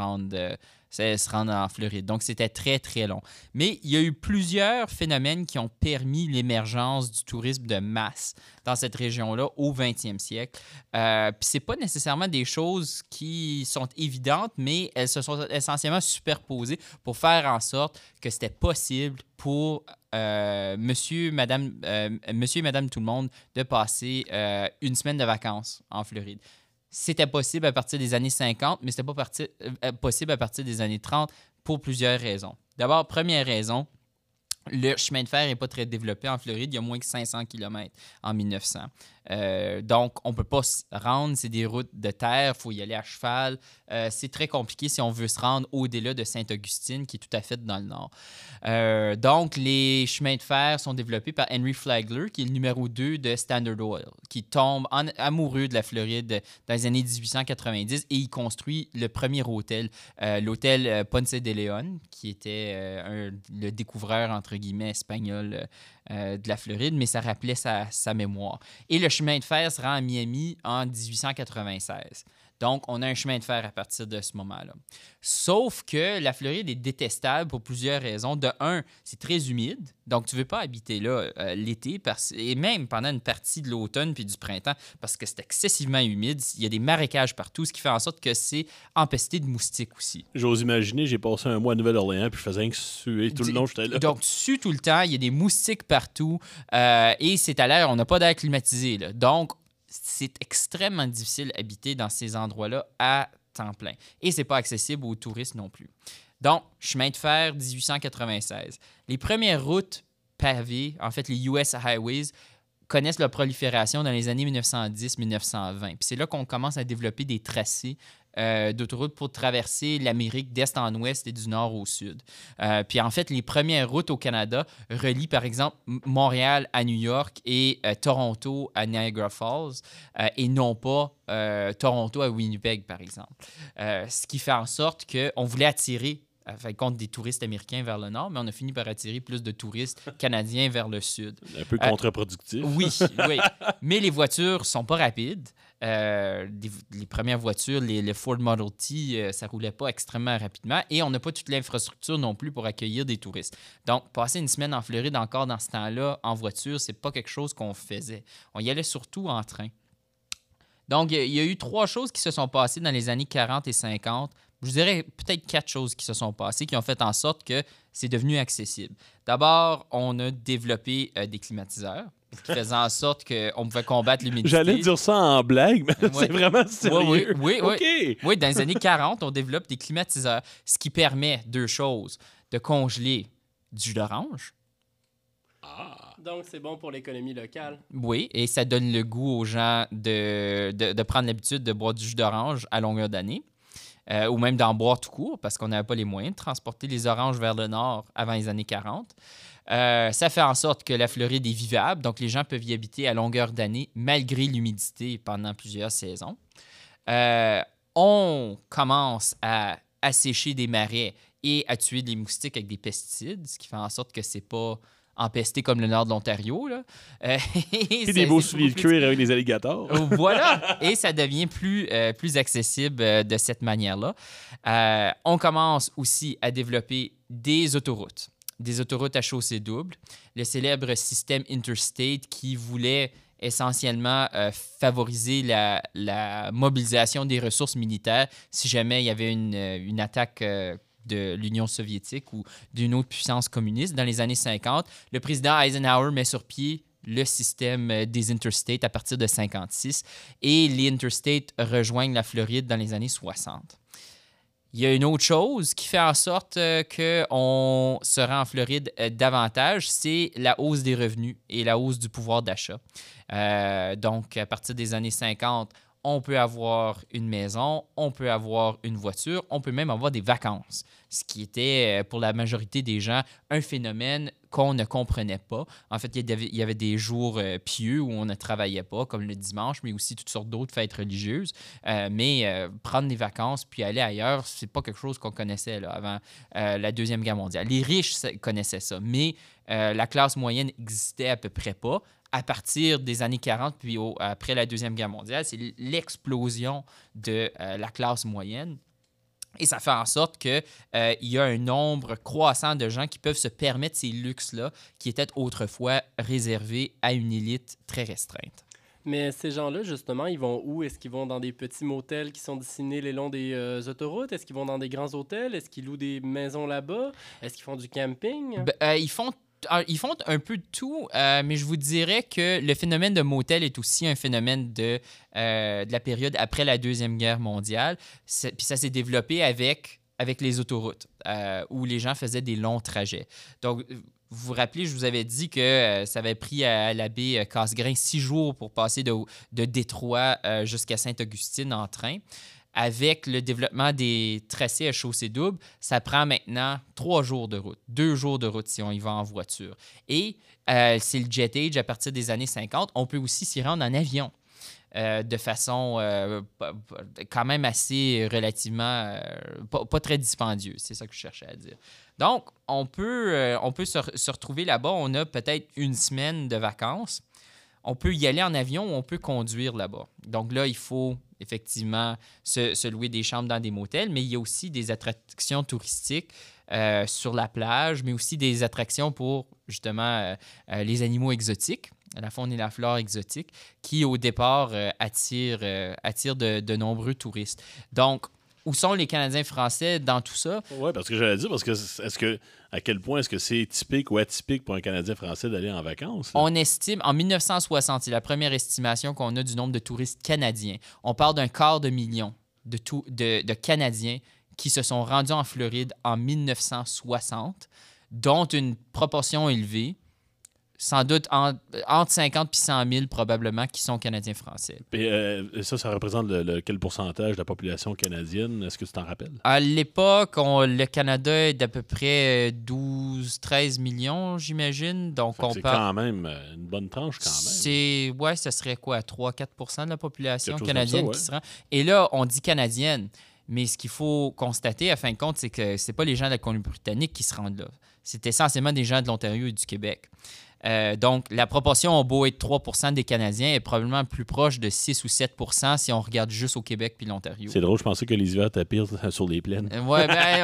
C: rendre en Floride. Donc, c'était très, très long. Mais il y a eu plusieurs phénomènes qui ont permis l'émergence du tourisme de masse dans cette région-là au 20e siècle. Puis, c'est pas nécessairement des choses qui sont évidentes, mais elles se sont essentiellement superposées pour faire en sorte que c'était possible pour monsieur et madame tout le monde de passer une semaine de vacances en Floride. C'était possible à partir des années 50, mais c'était pas possible à partir des années 30 pour plusieurs raisons. D'abord, première raison, le chemin de fer n'est pas très développé en Floride. Il y a moins que 500 km en 1900. Donc, on ne peut pas se rendre. C'est des routes de terre. Il faut y aller à cheval. C'est très compliqué si on veut se rendre au-delà de Sainte-Augustine, qui est tout à fait dans le nord. Donc, les chemins de fer sont développés par Henry Flagler, qui est le numéro 2 de Standard Oil, qui tombe amoureux de la Floride dans les années 1890 et il construit le premier hôtel, l'hôtel Ponce de León, qui était le découvreur, entre guillemets, espagnol de la Floride, mais ça rappelait sa mémoire. Et le chemin de fer se rend à Miami en 1896. Donc, on a un chemin de fer à partir de ce moment-là. Sauf que la Floride est détestable pour plusieurs raisons. De un, c'est très humide, donc tu ne veux pas habiter là l'été, et même pendant une partie de l'automne puis du printemps, parce que c'est excessivement humide. Il y a des marécages partout, ce qui fait en sorte que c'est empesté de moustiques aussi.
B: J'ose imaginer, j'ai passé un mois à Nouvelle-Orléans puis je faisais que suer tout le long, j'étais là.
C: Donc, tu sues tout le temps, il y a des moustiques partout, et c'est à l'air, on n'a pas d'air climatisé, là. Donc, c'est extrêmement difficile d'habiter dans ces endroits-là à temps plein. Et c'est pas accessible aux touristes non plus. Donc, chemin de fer, 1896. Les premières routes pavées, en fait, les US Highways, connaissent leur prolifération dans les années 1910-1920. Puis c'est là qu'on commence à développer des tracés d'autoroutes pour traverser l'Amérique d'est en ouest et du nord au sud. Puis en fait, les premières routes au Canada relient par exemple Montréal à New York et Toronto à Niagara Falls et non pas Toronto à Winnipeg, par exemple. Ce qui fait en sorte qu'on voulait attirer à fin de compte des touristes américains vers le nord, mais on a fini par attirer plus de touristes canadiens vers le sud.
B: Un peu contre-productif.
C: Oui. Mais les voitures sont pas rapides. Les premières voitures, les Ford Model T, ça roulait pas extrêmement rapidement et on n'a pas toute l'infrastructure non plus pour accueillir des touristes. Donc, passer une semaine en Floride encore dans ce temps-là en voiture, c'est pas quelque chose qu'on faisait. On y allait surtout en train. Donc, il y a eu 3 choses qui se sont passées dans les années 40 et 50. Je dirais peut-être 4 choses qui se sont passées qui ont fait en sorte que c'est devenu accessible. D'abord, on a développé des climatiseurs qui faisaient en sorte qu'on pouvait combattre l'humidité.
B: J'allais dire ça en blague, mais c'est vraiment sérieux.
C: Oui.
B: Okay.
C: Oui, dans les années 40, on développe des climatiseurs, ce qui permet 2 choses. De congeler du jus d'orange.
A: Donc, c'est bon pour l'économie locale.
C: Oui, et ça donne le goût aux gens de prendre l'habitude de boire du jus d'orange à longueur d'année. Ou même d'en boire tout court, parce qu'on n'avait pas les moyens de transporter les oranges vers le nord avant les années 40. Ça fait en sorte que la Floride est vivable, donc les gens peuvent y habiter à longueur d'année, malgré l'humidité pendant plusieurs saisons. On commence à assécher des marais et à tuer des moustiques avec des pesticides, ce qui fait en sorte que c'est pas empesté comme le nord de l'Ontario. Là.
B: Et des beaux souliers de cuir avec des alligators.
C: Voilà, et ça devient plus accessible de cette manière-là. On commence aussi à développer des autoroutes à chaussée double. Le célèbre système Interstate qui voulait essentiellement favoriser la mobilisation des ressources militaires si jamais il y avait une attaque de l'Union soviétique ou d'une autre puissance communiste. Dans les années 50, le président Eisenhower met sur pied le système des Interstates à partir de 1956 et les Interstates rejoignent la Floride dans les années 60. Il y a une autre chose qui fait en sorte qu'on se rend en Floride davantage, c'est la hausse des revenus et la hausse du pouvoir d'achat. Donc, à partir des années 50, on peut avoir une maison, on peut avoir une voiture, on peut même avoir des vacances, ce qui était, pour la majorité des gens, un phénomène qu'on ne comprenait pas. En fait, il y avait des jours pieux où on ne travaillait pas, comme le dimanche, mais aussi toutes sortes d'autres fêtes religieuses. Mais prendre des vacances puis aller ailleurs, c'est pas quelque chose qu'on connaissait là, avant la Deuxième Guerre mondiale. Les riches connaissaient ça, mais la classe moyenne existait à peu près pas. À partir des années 40, puis après la Deuxième Guerre mondiale, c'est l'explosion de la classe moyenne. Et ça fait en sorte qu'il y a un nombre croissant de gens qui peuvent se permettre ces luxes-là qui étaient autrefois réservés à une élite très restreinte.
A: Mais ces gens-là, justement, ils vont où? Est-ce qu'ils vont dans des petits motels qui sont dessinés le long des autoroutes? Est-ce qu'ils vont dans des grands hôtels? Est-ce qu'ils louent des maisons là-bas? Est-ce qu'ils font du camping?
C: Ils font un peu de tout, mais je vous dirais que le phénomène de motel est aussi un phénomène de la période après la Deuxième Guerre mondiale. Puis ça s'est développé avec les autoroutes, où les gens faisaient des longs trajets. Donc, vous vous rappelez, je vous avais dit que ça avait pris à la baie Cassegrain 6 jours pour passer de Détroit jusqu'à Sainte-Augustine en train. Avec le développement des tracés à chaussée double, ça prend maintenant 3 jours de route, 2 jours de route si on y va en voiture. Et c'est le jet age à partir des années 50. On peut aussi s'y rendre en avion de façon quand même assez relativement, pas très dispendieuse. C'est ça que je cherchais à dire. Donc, on peut se retrouver là-bas. On a peut-être une semaine de vacances. On peut y aller en avion ou on peut conduire là-bas. Donc là, il faut effectivement se louer des chambres dans des motels, mais il y a aussi des attractions touristiques sur la plage, mais aussi des attractions pour justement les animaux exotiques, la faune et la flore exotique, qui au départ attirent de nombreux touristes. Donc, où sont les Canadiens français dans tout ça?
B: Oui, parce que j'allais dire, à quel point est-ce que c'est typique ou atypique pour un Canadien français d'aller en vacances? Là?
C: On estime, en 1960, c'est la première estimation qu'on a du nombre de touristes canadiens. On parle d'250 000 de Canadiens qui se sont rendus en Floride en 1960, dont une proportion élevée, sans doute entre 50 et 100 000 probablement, qui sont Canadiens-Français.
B: Et ça représente quel pourcentage de la population canadienne? Est-ce que tu t'en rappelles?
C: À l'époque, le Canada est d'à peu près 12-13 millions, j'imagine. Donc,
B: c'est quand même une bonne tranche quand même.
C: Ouais, ça serait quoi? 3-4 de la population canadienne qui se rend. Et là, on dit canadienne. Mais ce qu'il faut constater, à fin de compte, c'est que c'est pas les gens de la Colombie-Britannique qui se rendent là. C'est essentiellement des gens de l'Ontario et du Québec. Donc, la proportion a beau être 3 % des Canadiens est probablement plus proche de 6 ou 7 % si on regarde juste au Québec puis l'Ontario.
B: C'est drôle, je pensais que les hivers étaient pires sur les plaines.
C: Ouais.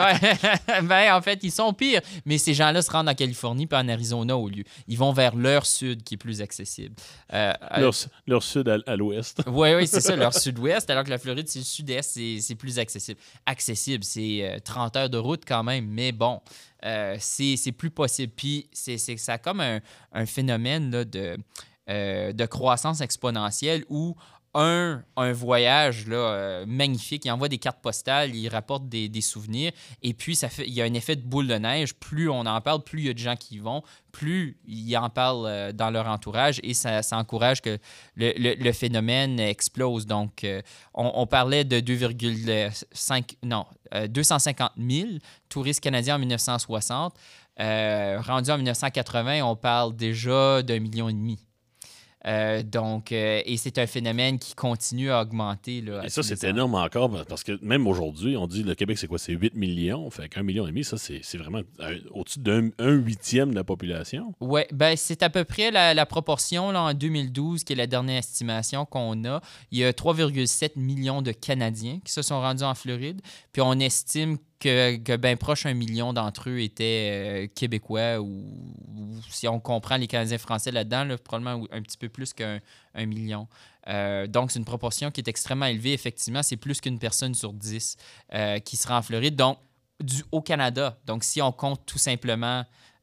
C: En fait, ils sont pires. Mais ces gens-là se rendent en Californie puis en Arizona au lieu. Ils vont vers leur sud qui est plus accessible.
B: Leur sud à l'ouest.
C: Oui, c'est ça, leur sud-ouest, alors que la Floride, c'est le sud-est, c'est plus accessible. C'est 30 heures de route quand même, mais bon. C'est plus possible. Puis ça a comme un phénomène là, de croissance exponentielle où un voyage là, magnifique, il envoie des cartes postales, il rapporte des souvenirs, et puis il y a un effet de boule de neige. Plus on en parle, plus il y a de gens qui y vont, plus ils en parlent dans leur entourage, et ça encourage que le phénomène explose. Donc, on parlait de 250 000 touristes canadiens en 1960. Rendu en 1980, on parle déjà d'1,5 million. Et c'est un phénomène qui continue à augmenter. Là,
B: et ça, c'est énorme encore, parce que même aujourd'hui, on dit le Québec, c'est quoi? C'est 8 millions. Fait qu'1,5 million, ça, c'est vraiment au-dessus d'un huitième de la population.
C: Oui, c'est à peu près la proportion là, en 2012, qui est la dernière estimation qu'on a. Il y a 3,7 millions de Canadiens qui se sont rendus en Floride. Puis on estime que bien proche 1 million d'entre eux étaient québécois, ou si on comprend les Canadiens français là-dedans, là, probablement un petit peu plus qu'1 million. Donc, c'est une proportion qui est extrêmement élevée. Effectivement, c'est plus qu'une personne sur 10 qui sera en Floride. Donc, au Canada. Donc, si on compte tout simplement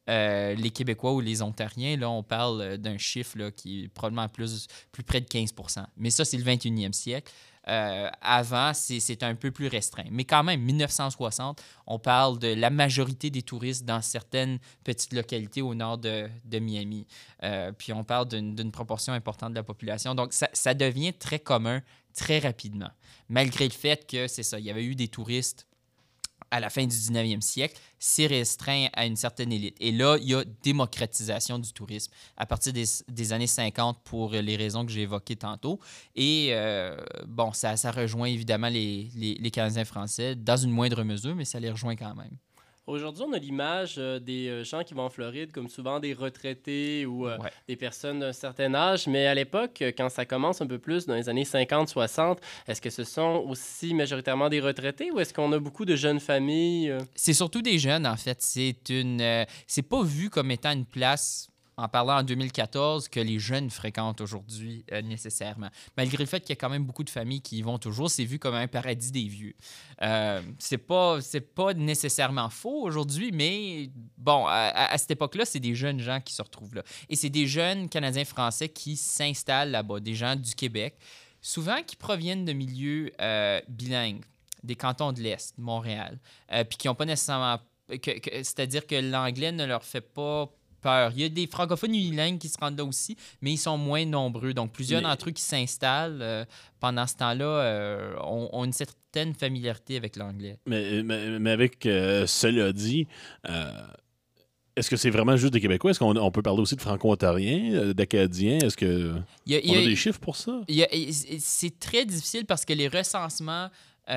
C: les Québécois ou les Ontariens, là, on parle d'un chiffre là, qui est probablement plus près de 15 %. Mais ça, c'est le 21e siècle. Avant, c'est un peu plus restreint. Mais quand même, 1960, on parle de la majorité des touristes dans certaines petites localités au nord de Miami. Puis on parle d'une proportion importante de la population. Donc, ça devient très commun très rapidement. Malgré le fait que, c'est ça, il y avait eu des touristes à la fin du 19e siècle, c'est restreint à une certaine élite. Et là, il y a démocratisation du tourisme à partir des années 50 pour les raisons que j'ai évoquées tantôt. Et bon, ça rejoint évidemment les Canadiens français dans une moindre mesure, mais ça les rejoint quand même.
A: Aujourd'hui, on a l'image des gens qui vont en Floride comme souvent des retraités ou des personnes d'un certain âge. Mais à l'époque, quand ça commence un peu plus dans les années 50-60, est-ce que ce sont aussi majoritairement des retraités ou est-ce qu'on a beaucoup de jeunes familles?
C: C'est surtout des jeunes, en fait. C'est pas vu comme étant une place, en parlant en 2014, que les jeunes fréquentent aujourd'hui nécessairement. Malgré le fait qu'il y a quand même beaucoup de familles qui y vont toujours, c'est vu comme un paradis des vieux. C'est pas nécessairement faux aujourd'hui, mais bon, à cette époque-là, c'est des jeunes gens qui se retrouvent là. Et c'est des jeunes Canadiens-Français qui s'installent là-bas, des gens du Québec, souvent qui proviennent de milieux bilingues, des cantons de l'Est, de Montréal, puis qui n'ont pas nécessairement... c'est-à-dire que l'anglais ne leur fait pas peur. Il y a des francophones unilingues qui se rendent là aussi, mais ils sont moins nombreux. Donc, plusieurs d'entre eux qui s'installent pendant ce temps-là ont une certaine familiarité avec l'anglais.
B: Mais avec cela dit, est-ce que c'est vraiment juste des Québécois? Est-ce qu'on peut parler aussi de Franco-Ontariens, d'Acadiens? Est-ce qu'on a des chiffres pour ça?
C: C'est très difficile parce que les recensements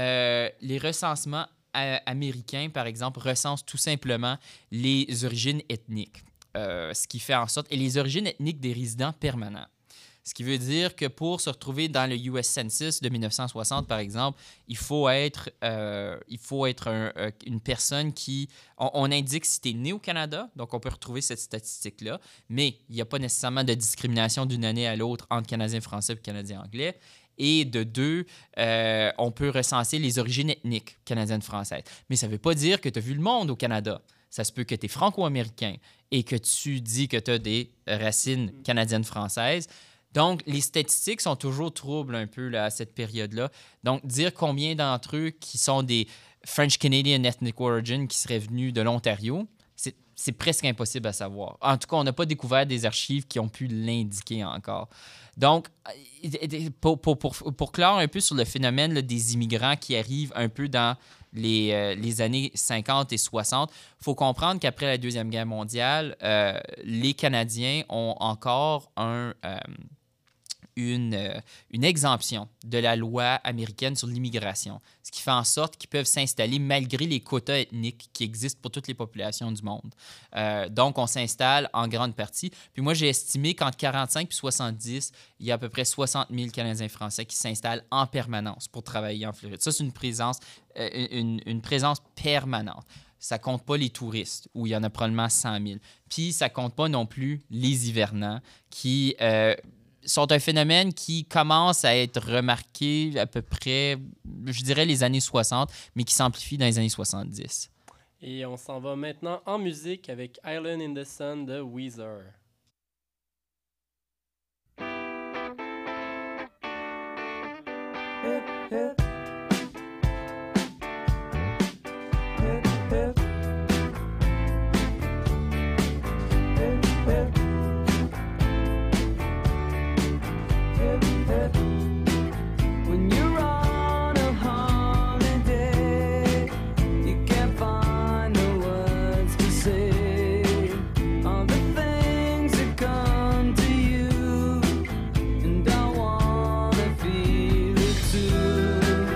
C: américains, par exemple, recensent tout simplement les origines ethniques. Ce qui fait en sorte... Et les origines ethniques des résidents permanents. Ce qui veut dire que pour se retrouver dans le US Census de 1960, par exemple, il faut être une personne qui... On indique si tu es né au Canada, donc on peut retrouver cette statistique-là, mais il n'y a pas nécessairement de discrimination d'une année à l'autre entre Canadiens français et Canadiens anglais. Et de deux, on peut recenser les origines ethniques canadiennes-françaises. Mais ça ne veut pas dire que tu as vu le monde au Canada. Ça se peut que tu es franco-américain et que tu dis que tu as des racines canadiennes-françaises. Donc, les statistiques sont toujours troubles un peu là, à cette période-là. Donc, dire combien d'entre eux qui sont des French Canadian Ethnic Origin qui seraient venus de l'Ontario, c'est presque impossible à savoir. En tout cas, on n'a pas découvert des archives qui ont pu l'indiquer encore. Donc, pour clore un peu sur le phénomène là, des immigrants qui arrivent un peu dans les années 50 et 60, il faut comprendre qu'après la Deuxième Guerre mondiale, les Canadiens ont encore une exemption de la loi américaine sur l'immigration, ce qui fait en sorte qu'ils peuvent s'installer malgré les quotas ethniques qui existent pour toutes les populations du monde. Donc, on s'installe en grande partie. Puis moi, j'ai estimé qu'entre 45 et 70, il y a à peu près 60 000 Canadiens français qui s'installent en permanence pour travailler en Floride. Ça, c'est une présence permanente. Ça compte pas les touristes, où il y en a probablement 100 000. Puis, ça compte pas non plus les hivernants qui... sont un phénomène qui commence à être remarqué à peu près, je dirais, les années 60, mais qui s'amplifie dans les années 70.
A: Et on s'en va maintenant en musique avec Island in the Sun de Weezer.
E: Too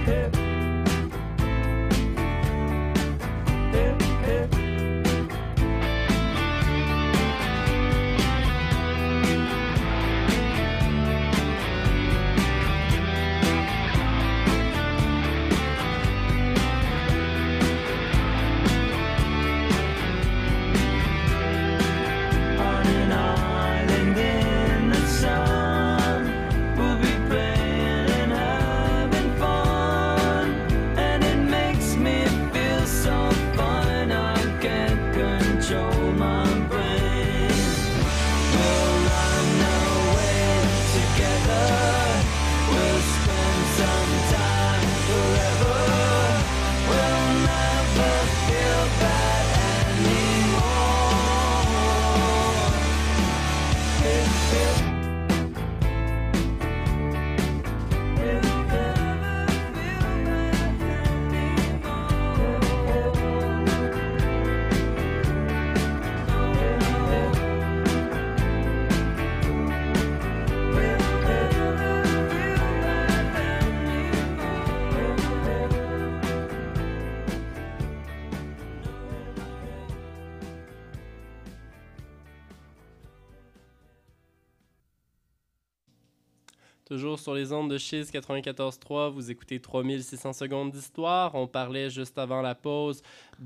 A: Toujours sur les ondes de Chiz 94.3, vous écoutez 3600 secondes d'histoire. On parlait juste avant la pause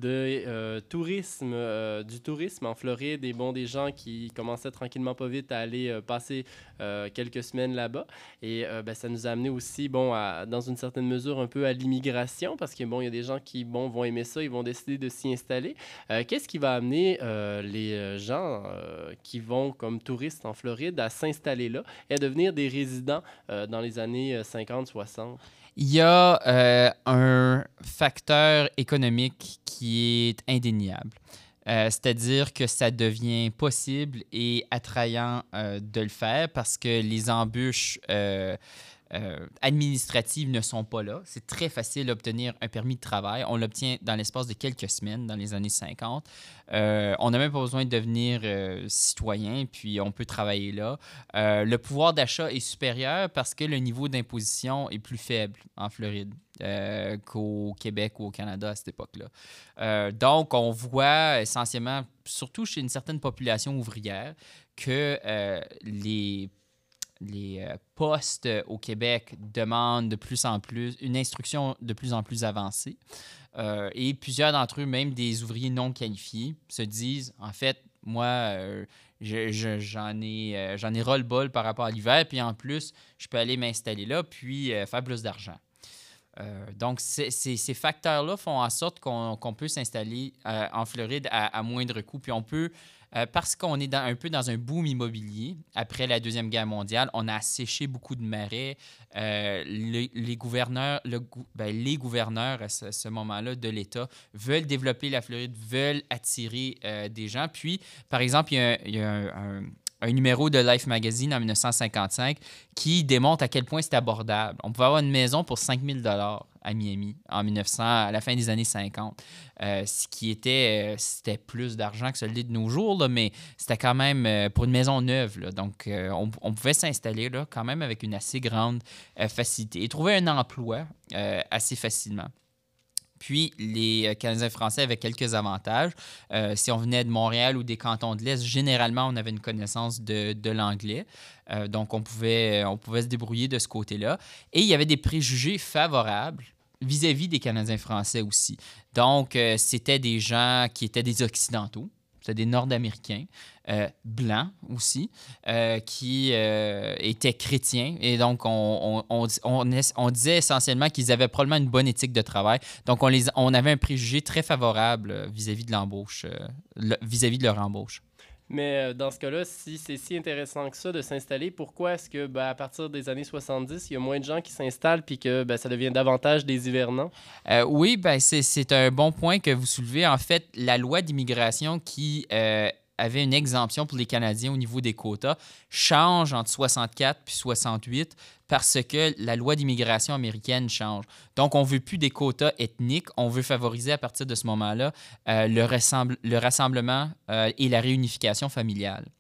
A: de tourisme, du tourisme en Floride et bon, des gens qui commençaient tranquillement pas vite à aller passer quelques semaines là-bas. Et ça nous a amené aussi, bon, dans une certaine mesure, un peu à l'immigration parce que bon, il y a des gens qui vont aimer ça, ils vont décider de s'y installer. Qu'est-ce qui va amener les gens qui vont comme touristes en Floride à s'installer là et à devenir des résidents dans les années 50-60?
C: Il y a un facteur économique qui est indéniable. C'est-à-dire que ça devient possible et attrayant de le faire parce que les embûches administratives ne sont pas là. C'est très facile d'obtenir un permis de travail. On l'obtient dans l'espace de quelques semaines dans les années 50. On n'a même pas besoin de devenir citoyen, puis on peut travailler là. Le pouvoir d'achat est supérieur parce que le niveau d'imposition est plus faible en Floride qu'au Québec ou au Canada à cette époque-là. Donc, on voit essentiellement, surtout chez une certaine population ouvrière, que les postes au Québec demandent de plus en plus, une instruction de plus en plus avancée. Et plusieurs d'entre eux, même des ouvriers non qualifiés, se disent, en fait, moi, j'en ai ras-le-bol par rapport à l'hiver, puis en plus, je peux aller m'installer là, puis faire plus d'argent. Donc, ces facteurs-là font en sorte qu'on peut s'installer en Floride à moindre coût, puis on peut... parce qu'on est un peu dans un boom immobilier. Après la Deuxième Guerre mondiale, on a asséché beaucoup de marais. Les gouverneurs à ce moment-là de l'État veulent développer la Floride, veulent attirer des gens. Puis, par exemple, il y a un numéro de Life Magazine en 1955 qui démontre à quel point c'est abordable. On pouvait avoir une maison pour 5 000 $ à Miami à la fin des années 50. Ce qui c'était plus d'argent que celui de nos jours, là, mais c'était quand même pour une maison neuve. Là, donc, on pouvait s'installer là, quand même avec une assez grande facilité et trouver un emploi assez facilement. Puis, les Canadiens français avaient quelques avantages. Si on venait de Montréal ou des cantons de l'Est, généralement, on avait une connaissance de l'anglais. Donc, on pouvait se débrouiller de ce côté-là. Et il y avait des préjugés favorables vis-à-vis des Canadiens français aussi. Donc, c'était des gens qui étaient des Occidentaux. C'était des Nord-Américains, blancs aussi, qui étaient chrétiens. Et donc, on disait essentiellement qu'ils avaient probablement une bonne éthique de travail. Donc, on avait un préjugé très favorable vis-à-vis de l'embauche, vis-à-vis de leur embauche.
A: Mais dans ce cas-là, si c'est si intéressant que ça de s'installer, pourquoi est-ce que à partir des années 70, il y a moins de gens qui s'installent puis que ça devient davantage des hivernants?
C: Oui, c'est un bon point que vous soulevez. En fait, la loi d'immigration qui avait une exemption pour les Canadiens au niveau des quotas change entre 64 puis 68 parce que la loi d'immigration américaine change. Donc, on ne veut plus des quotas ethniques. On veut favoriser à partir de ce moment-là le rassemblement et la réunification familiale.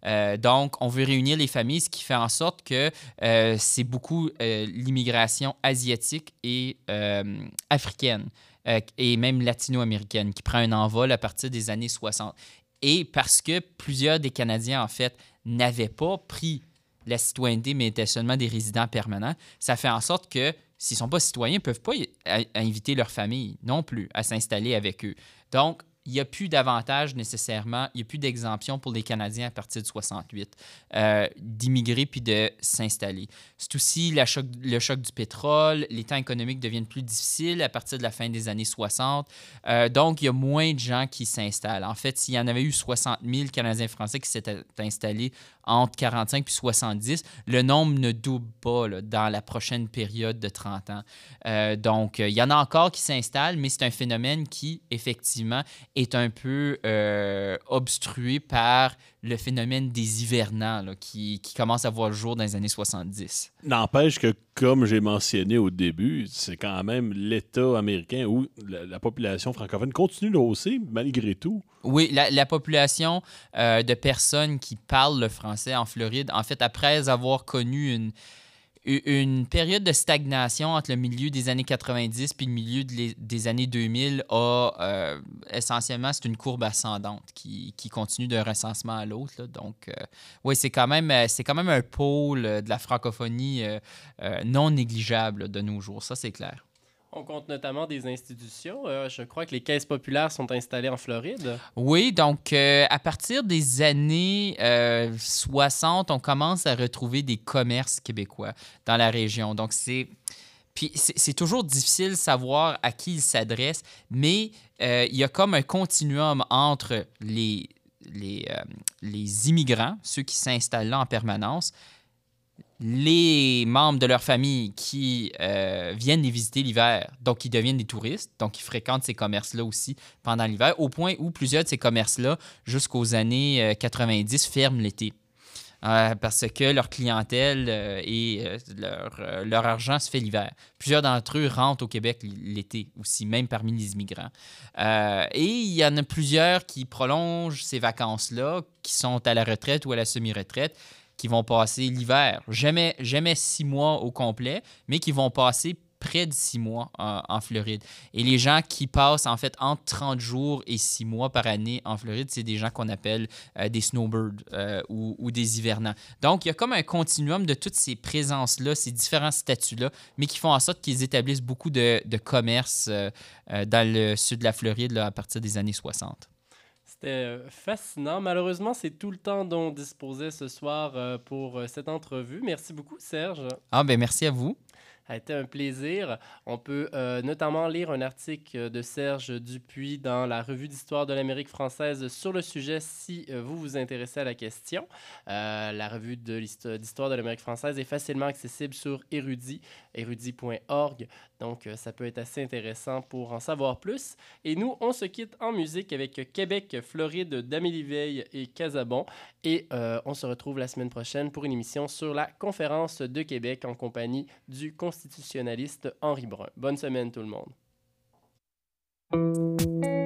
C: Donc, on veut réunir les familles, ce qui fait en sorte que c'est beaucoup l'immigration asiatique et africaine et même latino-américaine qui prend un envol à partir des années 60. Et parce que plusieurs des Canadiens, en fait, n'avaient pas pris la citoyenneté, mais étaient seulement des résidents permanents, ça fait en sorte que s'ils ne sont pas citoyens, ils ne peuvent pas inviter leur famille non plus à s'installer avec eux. Donc, il n'y a plus d'avantage nécessairement, il n'y a plus d'exemption pour les Canadiens à partir de 68 d'immigrer puis de s'installer. C'est aussi le choc du pétrole, les temps économiques deviennent plus difficiles à partir de la fin des années 60. Donc, il y a moins de gens qui s'installent. En fait, s'il y en avait eu 60 000 Canadiens français qui s'étaient installés entre 45 puis 70, le nombre ne double pas là, dans la prochaine période de 30 ans. Donc, il y en a encore qui s'installent, mais c'est un phénomène qui, effectivement, est un peu obstrué par le phénomène des hivernants là, qui commence à voir le jour dans les années 70.
B: N'empêche que, comme j'ai mentionné au début, c'est quand même l'État américain où la population francophone continue de hausser malgré tout.
C: Oui, la population de personnes qui parlent le français en Floride, en fait, après avoir connu une période de stagnation entre le milieu des années 90 puis le milieu des années 2000 essentiellement, c'est une courbe ascendante qui continue d'un recensement à l'autre. Là. Donc, oui, c'est quand même un pôle de la francophonie non négligeable là, de nos jours. Ça, c'est clair.
A: On compte notamment des institutions. Je crois que les caisses populaires sont installées en Floride.
C: Oui, donc à partir des années 60, on commence à retrouver des commerces québécois dans la région. Donc, c'est toujours difficile de savoir à qui ils s'adressent, mais il y a comme un continuum entre les immigrants, ceux qui s'installent là en permanence, les membres de leur famille qui viennent les visiter l'hiver, donc ils deviennent des touristes, donc ils fréquentent ces commerces-là aussi pendant l'hiver, au point où plusieurs de ces commerces-là, jusqu'aux années 90, ferment l'été. Parce que leur clientèle et leur argent se fait l'hiver. Plusieurs d'entre eux rentrent au Québec l'été aussi, même parmi les immigrants. Et il y en a plusieurs qui prolongent ces vacances-là, qui sont à la retraite ou à la semi-retraite, qui vont passer l'hiver. Jamais 6 mois au complet, mais qui vont passer près de 6 mois en Floride. Et les gens qui passent, en fait, entre 30 jours et 6 mois par année en Floride, c'est des gens qu'on appelle des snowbirds ou des hivernants. Donc, il y a comme un continuum de toutes ces présences-là, ces différents statuts-là, mais qui font en sorte qu'ils établissent beaucoup de commerce dans le sud de la Floride là, à partir des années 60.
A: C'était fascinant. Malheureusement, c'est tout le temps dont on disposait ce soir pour cette entrevue. Merci beaucoup, Serge.
C: Merci à vous.
A: Ça a été un plaisir. On peut notamment lire un article de Serge Dupuis dans la Revue d'histoire de l'Amérique française sur le sujet si vous vous intéressez à la question. La Revue d'histoire de l'Amérique française est facilement accessible sur érudit.org. Donc, ça peut être assez intéressant pour en savoir plus. Et nous, on se quitte en musique avec Québec, Floride d'Amélie Veil et Casabon. Et on se retrouve la semaine prochaine pour une émission sur la Conférence de Québec en compagnie du constitutionnaliste Henri Brun. Bonne semaine tout le monde.